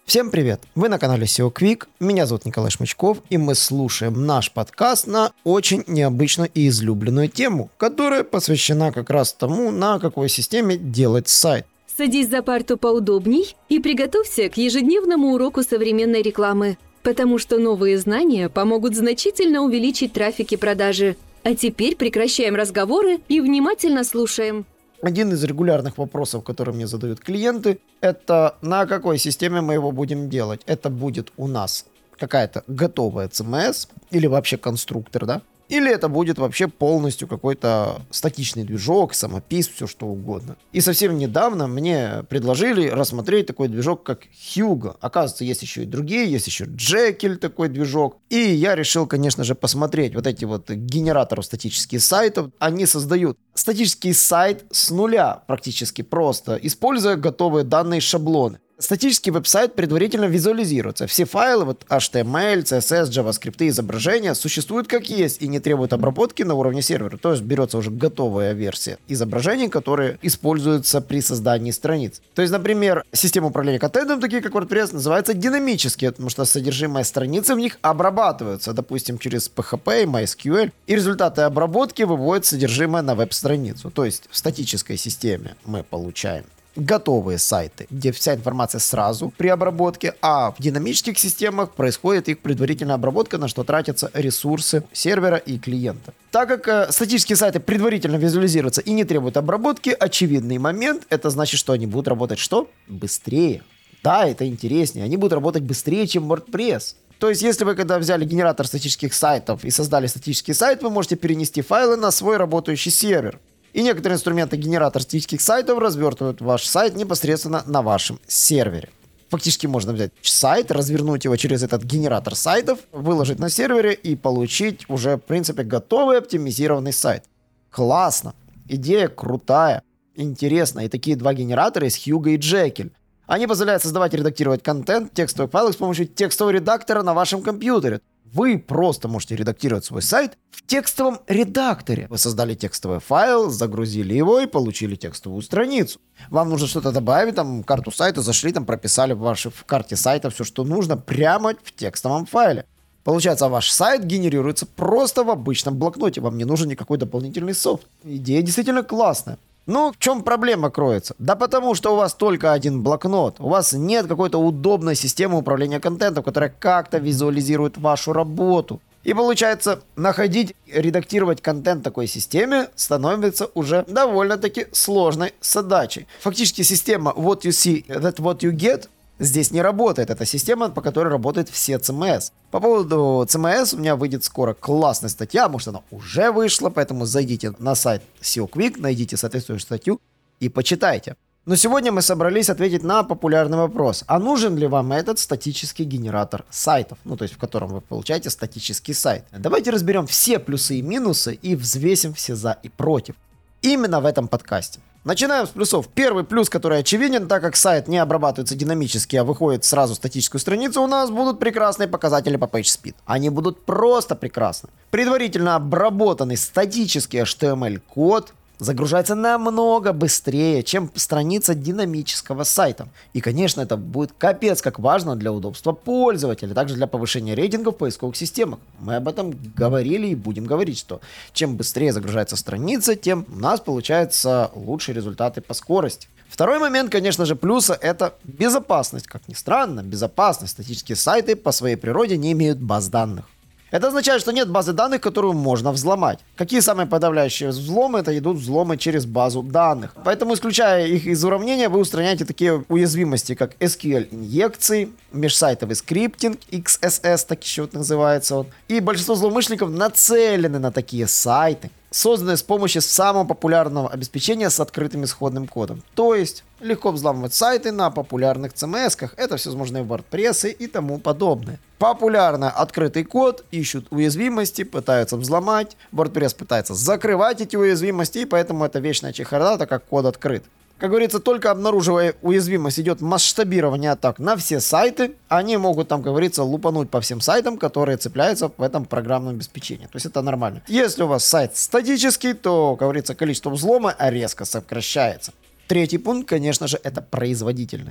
Всем привет! Вы на канале SEO Quick, меня зовут Николай Шмычков, и мы слушаем наш подкаст на очень необычную и излюбленную тему, которая посвящена как раз тому, на какой системе делать сайт. Садись за парту поудобней и приготовься к ежедневному уроку современной рекламы, потому что новые знания помогут значительно увеличить трафик и продажи. А теперь прекращаем разговоры и внимательно слушаем. Один из регулярных вопросов, которые мне задают клиенты, это на какой системе мы его будем делать. Это будет у нас какая-то готовая CMS или вообще конструктор, да? Или это будет вообще полностью какой-то статичный движок, самопис, все что угодно. И совсем недавно мне предложили рассмотреть такой движок, как Hugo. Оказывается, есть еще и другие, есть еще Jekyll такой движок. И я решил, конечно же, посмотреть вот эти вот генераторы статических сайтов. Они создают статический сайт с нуля практически просто, используя готовые данные шаблоны. Статический веб-сайт предварительно визуализируется. Все файлы, вот HTML, CSS, JavaScript, изображения существуют как есть и не требуют обработки на уровне сервера. То есть берется уже готовая версия изображений, которые используются при создании страниц. То есть, например, система управления контентом, такие как WordPress, называются динамические, потому что содержимое страницы в них обрабатываются, допустим, через PHP и MySQL, и результаты обработки выводят содержимое на веб-страницу. То есть в статической системе мы получаем готовые сайты, где вся информация сразу при обработке, а в динамических системах происходит их предварительная обработка, на что тратятся ресурсы сервера и клиента. Так как статические сайты предварительно визуализируются и не требуют обработки, очевидный момент, это значит, что они будут работать что? Быстрее. Да, это интереснее. Они будут работать быстрее, чем WordPress. То есть, если вы когда взяли генератор статических сайтов и создали статический сайт, вы можете перенести файлы на свой работающий сервер. И некоторые инструменты генератора статических сайтов развертывают ваш сайт непосредственно на вашем сервере. Фактически можно взять сайт, развернуть его через этот генератор сайтов, выложить на сервере и получить уже, в принципе, готовый оптимизированный сайт. Классно! Идея крутая, интересная. И такие два генератора есть Hugo и Jekyll. Они позволяют создавать и редактировать контент в текстовых файлах с помощью текстового редактора на вашем компьютере. Вы просто можете редактировать свой сайт в текстовом редакторе. Вы создали текстовый файл, загрузили его и получили текстовую страницу. Вам нужно что-то добавить, там, карту сайта, зашли, там, прописали в карте сайта все, что нужно, прямо в текстовом файле. Получается, ваш сайт генерируется просто в обычном блокноте. Вам не нужен никакой дополнительный софт. Идея действительно классная. Ну, в чем проблема кроется? Да потому что у вас только один блокнот. У вас нет какой-то удобной системы управления контентом, которая как-то визуализирует вашу работу. И получается, находить, редактировать контент в такой системе становится уже довольно-таки сложной задачей. Фактически система what you see, that's what you get здесь не работает. Это система, по которой работают все CMS. По поводу CMS у меня выйдет скоро классная статья, может она уже вышла, поэтому зайдите на сайт SEO Quick, найдите соответствующую статью и почитайте. Но сегодня мы собрались ответить на популярный вопрос. А нужен ли вам этот статический генератор сайтов? Ну, то есть в котором вы получаете статический сайт. Давайте разберем все плюсы и минусы и взвесим все за и против. Именно в этом подкасте. Начинаем с плюсов. Первый плюс, который очевиден, так как сайт не обрабатывается динамически, а выходит сразу статическую страницу, у нас будут прекрасные показатели по PageSpeed. Они будут просто прекрасны. Предварительно обработанный статический HTML-код загружается намного быстрее, чем страница динамического сайта. И, конечно, это будет капец как важно для удобства пользователя, также для повышения рейтингов в поисковых системах. Мы об этом говорили и будем говорить, что чем быстрее загружается страница, тем у нас получаются лучшие результаты по скорости. Второй момент, конечно же, плюса — это безопасность. Как ни странно, безопасность. Статические сайты по своей природе не имеют баз данных. Это означает, что нет базы данных, которую можно взломать. Какие самые подавляющие взломы? Это идут взломы через базу данных. Поэтому, исключая их из уравнения, вы устраняете такие уязвимости, как SQL-инъекции, межсайтовый скриптинг, XSS, так еще вот называется он. И большинство злоумышленников нацелены на такие сайты, созданные с помощью самого популярного обеспечения с открытым исходным кодом. То есть, легко взламывать сайты на популярных CMS-ках, это всевозможные WordPress и тому подобное. Популярно открытый код, ищут уязвимости, пытаются взломать, WordPress пытается закрывать эти уязвимости, и поэтому это вечная чехарда, так как код открыт. Как говорится, только обнаруживая уязвимость, идет масштабирование атак на все сайты. Они могут, там, как говорится, лупануть по всем сайтам, которые цепляются в этом программном обеспечении. То есть это нормально. Если у вас сайт статический, то, как говорится, количество взлома резко сокращается. Третий пункт, конечно же, это производительность.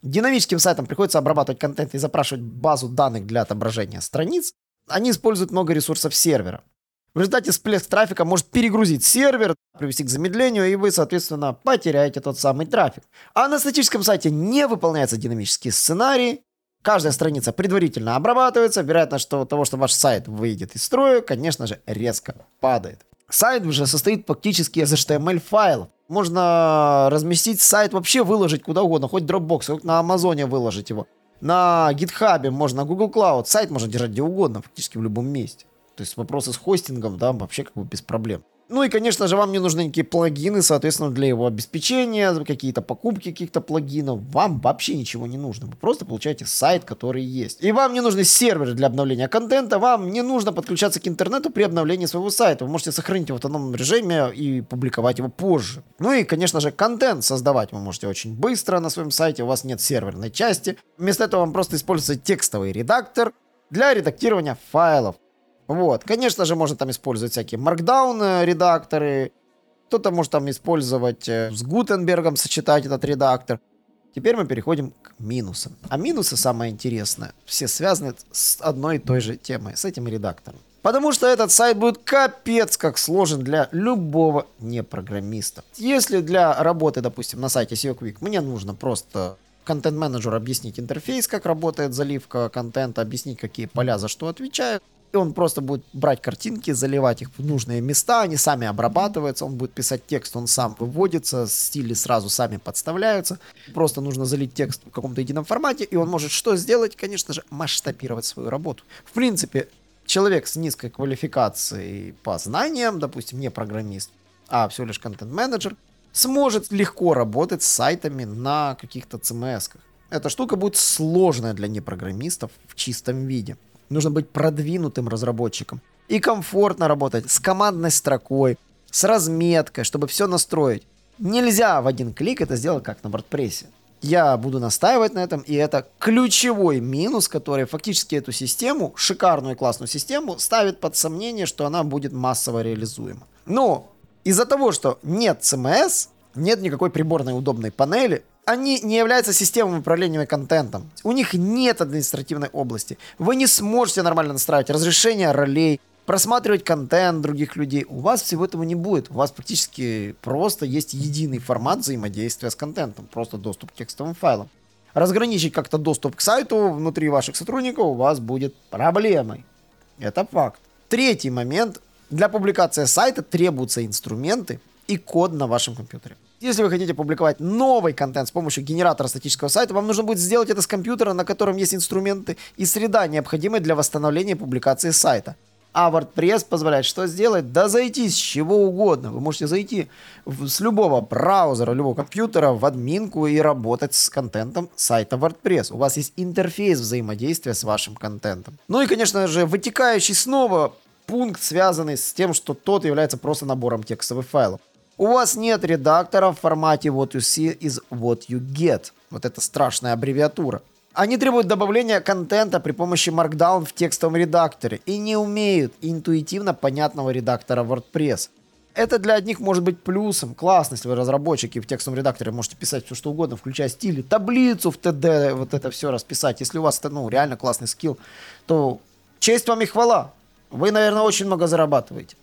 Динамическим сайтам приходится обрабатывать контент и запрашивать базу данных для отображения страниц. Они используют много ресурсов сервера. В результате всплеск трафика может перегрузить сервер, привести к замедлению, и вы, соответственно, потеряете тот самый трафик. А на статическом сайте не выполняются динамические сценарии. Каждая страница предварительно обрабатывается. Вероятность того, что ваш сайт выйдет из строя, конечно же, резко падает. Сайт уже состоит фактически из HTML-файлов. Можно разместить сайт, вообще выложить куда угодно, хоть Dropbox, хоть на Амазоне выложить его. На GitHub, можно на Google Cloud. Сайт можно держать где угодно, фактически в любом месте. То есть вопросы с хостингом, да, вообще как бы без проблем. Ну и, конечно же, вам не нужны никакие плагины, соответственно, для его обеспечения, какие-то покупки каких-то плагинов. Вам вообще ничего не нужно. Вы просто получаете сайт, который есть. И вам не нужны серверы для обновления контента. Вам не нужно подключаться к интернету при обновлении своего сайта. Вы можете сохранить его в автономном режиме и публиковать его позже. Ну и, конечно же, контент создавать вы можете очень быстро на своем сайте. У вас нет серверной части. Вместо этого вам просто используется текстовый редактор для редактирования файлов. Вот, конечно же, можно там использовать всякие Markdown редакторы. Кто-то может там использовать с Гутенбергом, сочетать этот редактор. Теперь мы переходим к минусам. А минусы, самое интересное, все связаны с одной и той же темой, с этим редактором. Потому что этот сайт будет капец как сложен для любого непрограммиста. Если для работы, допустим, на сайте SEO Quick мне нужно просто контент-менеджеру объяснить интерфейс, как работает заливка контента, объяснить, какие поля за что отвечают, и он просто будет брать картинки, заливать их в нужные места, они сами обрабатываются, он будет писать текст, он сам выводится, стили сразу сами подставляются. Просто нужно залить текст в каком-то едином формате, и он может что сделать? Конечно же, масштабировать свою работу. В принципе, человек с низкой квалификацией по знаниям, допустим, не программист, а всего лишь контент-менеджер, сможет легко работать с сайтами на каких-то CMS-ках. Эта штука будет сложная для непрограммистов в чистом виде. Нужно быть продвинутым разработчиком и комфортно работать с командной строкой, с разметкой, чтобы все настроить. Нельзя в один клик это сделать, как на WordPress. Я буду настаивать на этом, и это ключевой минус, который фактически эту систему, шикарную и классную систему, ставит под сомнение, что она будет массово реализуема. Но из-за того, что нет CMS, нет никакой приборной удобной панели, они не являются системой управления контентом. У них нет административной области. Вы не сможете нормально настраивать разрешение ролей, просматривать контент других людей. У вас всего этого не будет. У вас практически просто есть единый формат взаимодействия с контентом. Просто доступ к текстовым файлам. Разграничить как-то доступ к сайту внутри ваших сотрудников у вас будет проблемой. Это факт. Третий момент. Для публикации сайта требуются инструменты и код на вашем компьютере. Если вы хотите публиковать новый контент с помощью генератора статического сайта, вам нужно будет сделать это с компьютера, на котором есть инструменты и среда, необходимые для восстановления и публикации сайта. А WordPress позволяет что сделать? Да зайти с чего угодно. Вы можете зайти с любого браузера, любого компьютера в админку и работать с контентом сайта WordPress. У вас есть интерфейс взаимодействия с вашим контентом. Ну и, конечно же, вытекающий снова пункт, связанный с тем, что тот является просто набором текстовых файлов. У вас нет редактора в формате what you see is what you get. Вот это страшная аббревиатура. Они требуют добавления контента при помощи Markdown в текстовом редакторе и не умеют интуитивно понятного редактора WordPress. Это для одних может быть плюсом. Классно, если вы разработчики в текстовом редакторе можете писать все что угодно, включая стили, таблицу в TD, вот это все расписать. Если у вас это реально классный скилл, то честь вам и хвала. Вы, наверное, очень много зарабатываете.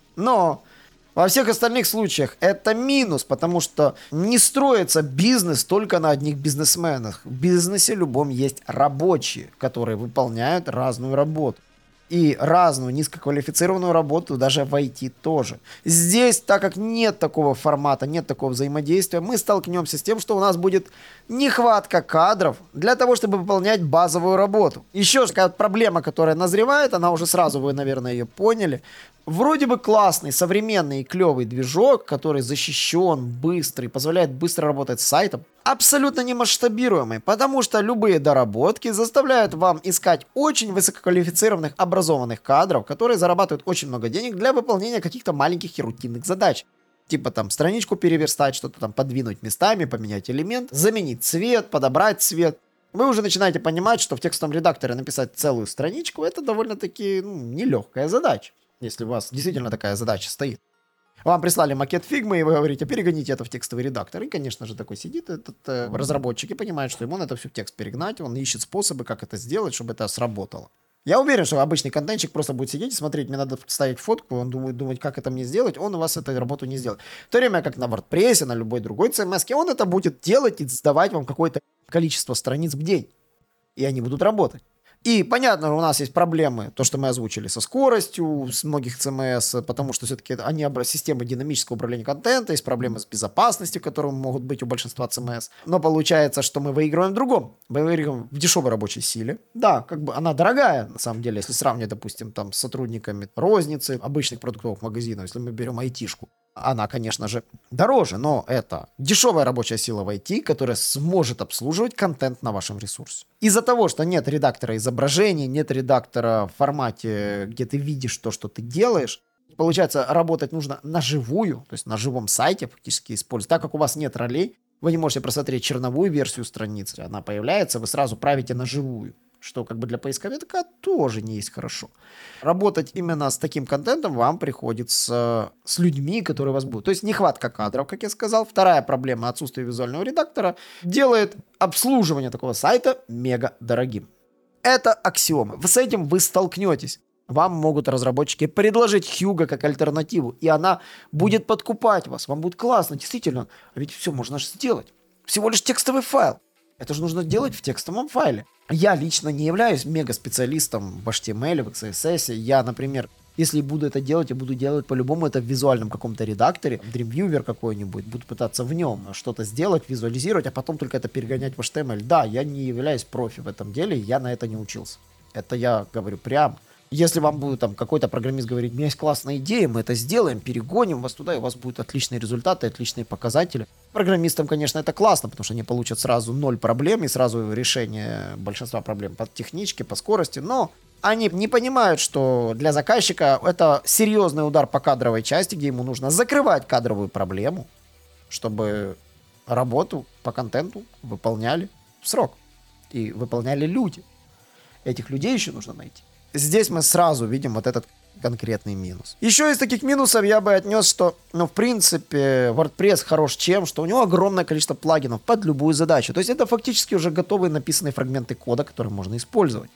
Но во всех остальных случаях это минус, потому что не строится бизнес только на одних бизнесменах. В бизнесе любом есть рабочие, которые выполняют разную работу. И разную низкоквалифицированную работу даже в IT тоже. Здесь, так как нет такого формата, нет такого взаимодействия, мы столкнемся с тем, что у нас будет нехватка кадров для того, чтобы выполнять базовую работу. Еще такая проблема, которая назревает, она уже сразу, вы, наверное, ее поняли. Вроде бы классный, современный и клевый движок, который защищен, быстрый, позволяет быстро работать с сайтом, абсолютно не масштабируемый, потому что любые доработки заставляют вам искать очень высококвалифицированных, образованных кадров, которые зарабатывают очень много денег для выполнения каких-то маленьких и рутинных задач. Типа там страничку переверстать, что-то там подвинуть местами, поменять элемент, заменить цвет, подобрать цвет. Вы уже начинаете понимать, что в текстовом редакторе написать целую страничку — это довольно-таки нелегкая задача, если у вас действительно такая задача стоит. Вам прислали макет фигмы, и вы говорите, перегоните это в текстовый редактор. И, конечно же, такой сидит этот разработчик и понимает, что ему надо все в текст перегнать. Он ищет способы, как это сделать, чтобы это сработало. Я уверен, что обычный контентчик просто будет сидеть и смотреть, мне надо ставить фотку, он будет думать, как это мне сделать, он у вас эту работу не сделает. В то время как на WordPress, на любой другой CMS, он это будет делать и сдавать вам какое-то количество страниц в день. И они будут работать. И понятно, у нас есть проблемы, то, что мы озвучили со скоростью с многих CMS, потому что все-таки они системы динамического управления контента, есть проблемы с безопасностью, которые могут быть у большинства CMS. Но получается, что мы выигрываем в другом. Мы выигрываем в дешевой рабочей силе. Да, как бы она дорогая, на самом деле, если сравнивать, допустим, там, с сотрудниками розницы, обычных продуктовых магазинов, если мы берем айтишку. Она, конечно же, дороже, но это дешевая рабочая сила в IT, которая сможет обслуживать контент на вашем ресурсе. Из-за того, что нет редактора изображений, нет редактора в формате, где ты видишь то, что ты делаешь, получается, работать нужно на живую, то есть на живом сайте фактически использовать. Так как у вас нет ролей, вы не можете просмотреть черновую версию страницы, она появляется, вы сразу правите на живую. Что как бы для поисковика тоже не есть хорошо. Работать именно с таким контентом вам приходится с людьми, которые у вас будут. То есть нехватка кадров, как я сказал. Вторая проблема — отсутствие визуального редактора делает обслуживание такого сайта мега дорогим. Это аксиома. С этим вы столкнетесь. Вам могут разработчики предложить Hugo как альтернативу, и она будет подкупать вас. Вам будет классно, действительно. А ведь все можно же сделать. Всего лишь текстовый файл. Это же нужно делать в текстовом файле. Я лично не являюсь мега-специалистом в HTML, в CSS. Я, например, если буду это делать, я буду делать по-любому это в визуальном каком-то редакторе, Dreamweaver какой-нибудь, буду пытаться в нем что-то сделать, визуализировать, а потом только это перегонять в HTML. Да, я не являюсь профи в этом деле, я на это не учился. Это я говорю прямо. Если вам будет там какой-то программист говорить, у меня есть классная идея, мы это сделаем, перегоним вас туда, и у вас будут отличные результаты, отличные показатели. Программистам, конечно, это классно, потому что они получат сразу 0 проблем и сразу решение большинства проблем по техничке, по скорости, но они не понимают, что для заказчика это серьезный удар по кадровой части, где ему нужно закрывать кадровую проблему, чтобы работу по контенту выполняли в срок. И выполняли люди. Этих людей еще нужно найти. Здесь мы сразу видим вот этот конкретный минус. Еще из таких минусов я бы отнес, что, в принципе, WordPress хорош чем, что у него огромное количество плагинов под любую задачу. То есть это фактически уже готовые написанные фрагменты кода, которые можно использовать.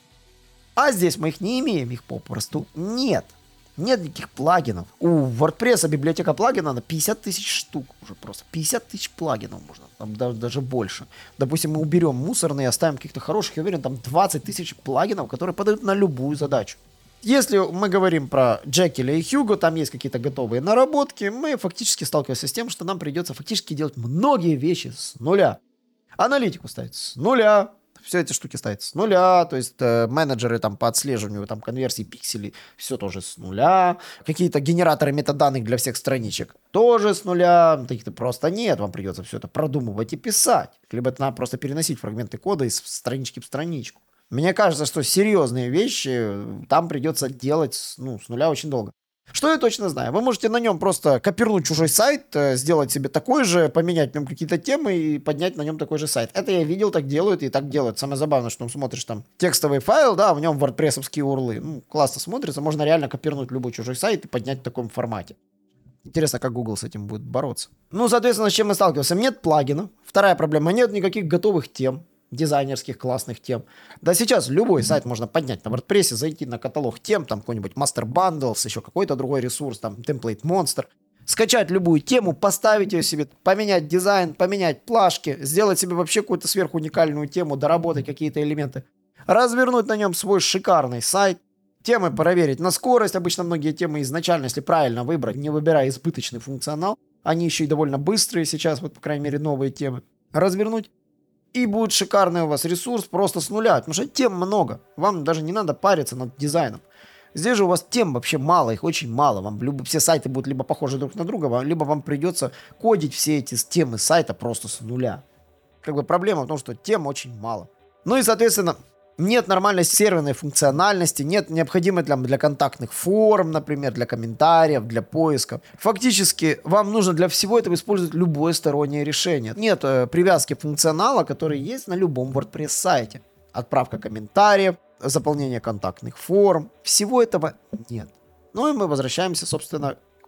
А здесь мы их не имеем, их попросту нет. Нет никаких плагинов. У WordPress библиотека плагинов на 50 тысяч штук уже просто. 50 тысяч плагинов можно, там даже больше. Допустим, мы уберем мусорные, оставим каких-то хороших, я уверен, там 20 тысяч плагинов, которые подают на любую задачу. Если мы говорим про Jekyll и Hugo, там есть какие-то готовые наработки, мы фактически сталкиваемся с тем, что нам придется фактически делать многие вещи с нуля. Аналитику ставить с нуля. Все эти штуки ставят с нуля, то есть менеджеры там по отслеживанию там конверсии пикселей, все тоже с нуля. Какие-то генераторы метаданных для всех страничек тоже с нуля. Таких-то просто нет, вам придется все это продумывать и писать. Либо это надо просто переносить фрагменты кода из странички в страничку. Мне кажется, что серьезные вещи там придется делать с нуля очень долго. Что я точно знаю? Вы можете на нем просто копировать чужой сайт, сделать себе такой же, поменять в нем какие-то темы и поднять на нем такой же сайт. Это я видел, так делают и так делают. Самое забавное, что смотришь там текстовый файл, да, в нем WordPress-овские урлы. Классно смотрится, можно реально копировать любой чужой сайт и поднять в таком формате. Интересно, как Google с этим будет бороться. Соответственно, с чем мы сталкиваемся? Нет плагинов. Вторая проблема, нет никаких готовых тем. Дизайнерских классных тем. Да сейчас любой сайт можно поднять на WordPress, зайти на каталог тем, там какой-нибудь Master Bundles, еще какой-то другой ресурс, там Template Monster, скачать любую тему, поставить ее себе, поменять дизайн, поменять плашки, сделать себе вообще какую-то сверхуникальную тему, доработать какие-то элементы, развернуть на нем свой шикарный сайт, темы проверить на скорость. Обычно многие темы изначально, если правильно выбрать, не выбирая избыточный функционал, они еще и довольно быстрые сейчас, вот по крайней мере новые темы, развернуть. И будет шикарный у вас ресурс просто с нуля, потому что тем много. Вам даже не надо париться над дизайном. Здесь же у вас тем вообще мало, их очень мало. Вам все сайты будут либо похожи друг на друга, либо вам придется кодить все эти темы сайта просто с нуля. Проблема в том, что тем очень мало. И, соответственно, нет нормальной серверной функциональности, нет необходимой для контактных форм, например, для комментариев, для поиска. Фактически вам нужно для всего этого использовать любое стороннее решение. Нет привязки функционала, который есть на любом WordPress сайте. Отправка комментариев, заполнение контактных форм. Всего этого нет. И мы возвращаемся, собственно, к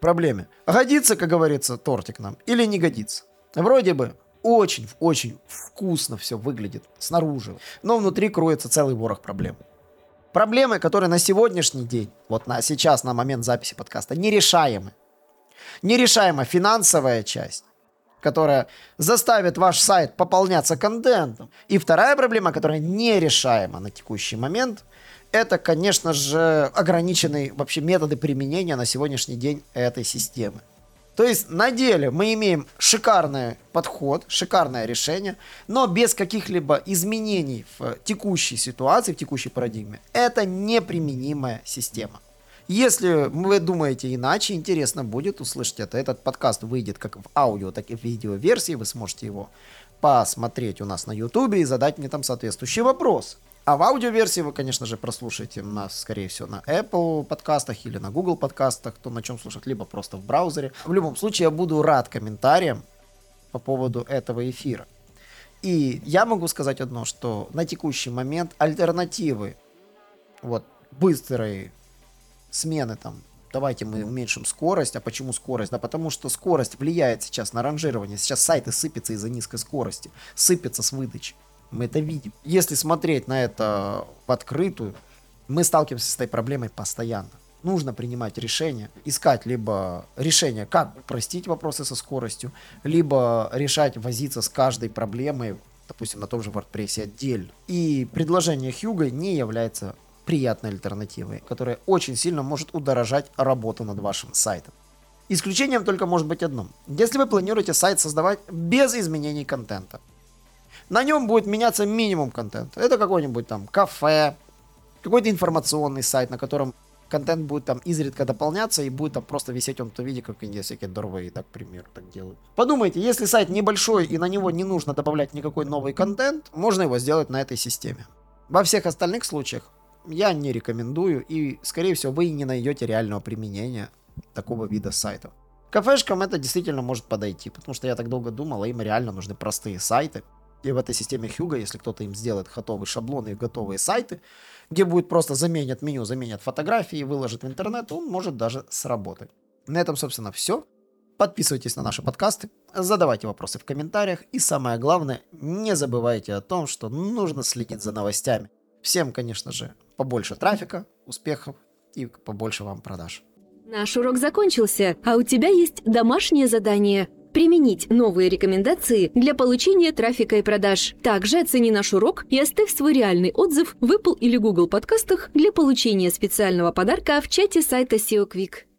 проблеме. Годится, как говорится, тортик нам или не годится? Вроде бы очень вкусно все выглядит снаружи, но внутри кроется целый ворох проблем. Проблемы, которые на сегодняшний день, вот сейчас, на момент записи подкаста, нерешаемы. Нерешаема финансовая часть, которая заставит ваш сайт пополняться контентом. И вторая проблема, которая нерешаема на текущий момент, это, конечно же, ограниченные вообще методы применения на сегодняшний день этой системы. То есть на деле мы имеем шикарный подход, шикарное решение, но без каких-либо изменений в текущей ситуации, в текущей парадигме. Это неприменимая система. Если вы думаете иначе, интересно будет услышать это. Этот подкаст выйдет как в аудио, так и в видеоверсии. Вы сможете его посмотреть у нас на YouTube и задать мне там соответствующий вопрос. А в аудиоверсии вы, конечно же, прослушаете нас, скорее всего, на Apple подкастах или на Google подкастах, кто на чем слушает, либо просто в браузере. В любом случае, я буду рад комментариям по поводу этого эфира. И я могу сказать одно, что на текущий момент альтернативы вот быстрой смены там, давайте мы уменьшим скорость. А почему скорость? Да потому что скорость влияет сейчас на ранжирование. Сейчас сайты сыпятся из-за низкой скорости, сыпятся с выдачи. Мы это видим. Если смотреть на это в открытую, мы сталкиваемся с этой проблемой постоянно. Нужно принимать решения, искать либо решение, как упростить вопросы со скоростью, либо решать, возиться с каждой проблемой, допустим, на том же WordPress отдельно. И предложение Hugo не является приятной альтернативой, которая очень сильно может удорожать работу над вашим сайтом. Исключением только может быть одно. Если вы планируете сайт создавать без изменений контента, на нем будет меняться минимум контента. Это какой-нибудь там кафе, какой-то информационный сайт, на котором контент будет там изредка дополняться и будет там просто висеть он в том виде, как всякие дорвей, так, к примеру, так делают. Подумайте, если сайт небольшой и на него не нужно добавлять никакой новый контент, можно его сделать на этой системе. Во всех остальных случаях я не рекомендую, и, скорее всего, вы и не найдете реального применения такого вида сайтов. Кафешкам это действительно может подойти, потому что я так долго думал, а им реально нужны простые сайты. И в этой системе Hugo, если кто-то им сделает готовые шаблоны и готовые сайты, где будет просто заменят меню, заменят фотографии и выложит в интернет, он может даже сработать. На этом, собственно, все. Подписывайтесь на наши подкасты, задавайте вопросы в комментариях и самое главное, не забывайте о том, что нужно следить за новостями. Всем, конечно же, побольше трафика, успехов и побольше вам продаж. Наш урок закончился, а у тебя есть домашнее задание – применить новые рекомендации для получения трафика и продаж. Также оцени наш урок и оставь свой реальный отзыв в Apple или Google подкастах для получения специального подарка в чате сайта SEO Quick.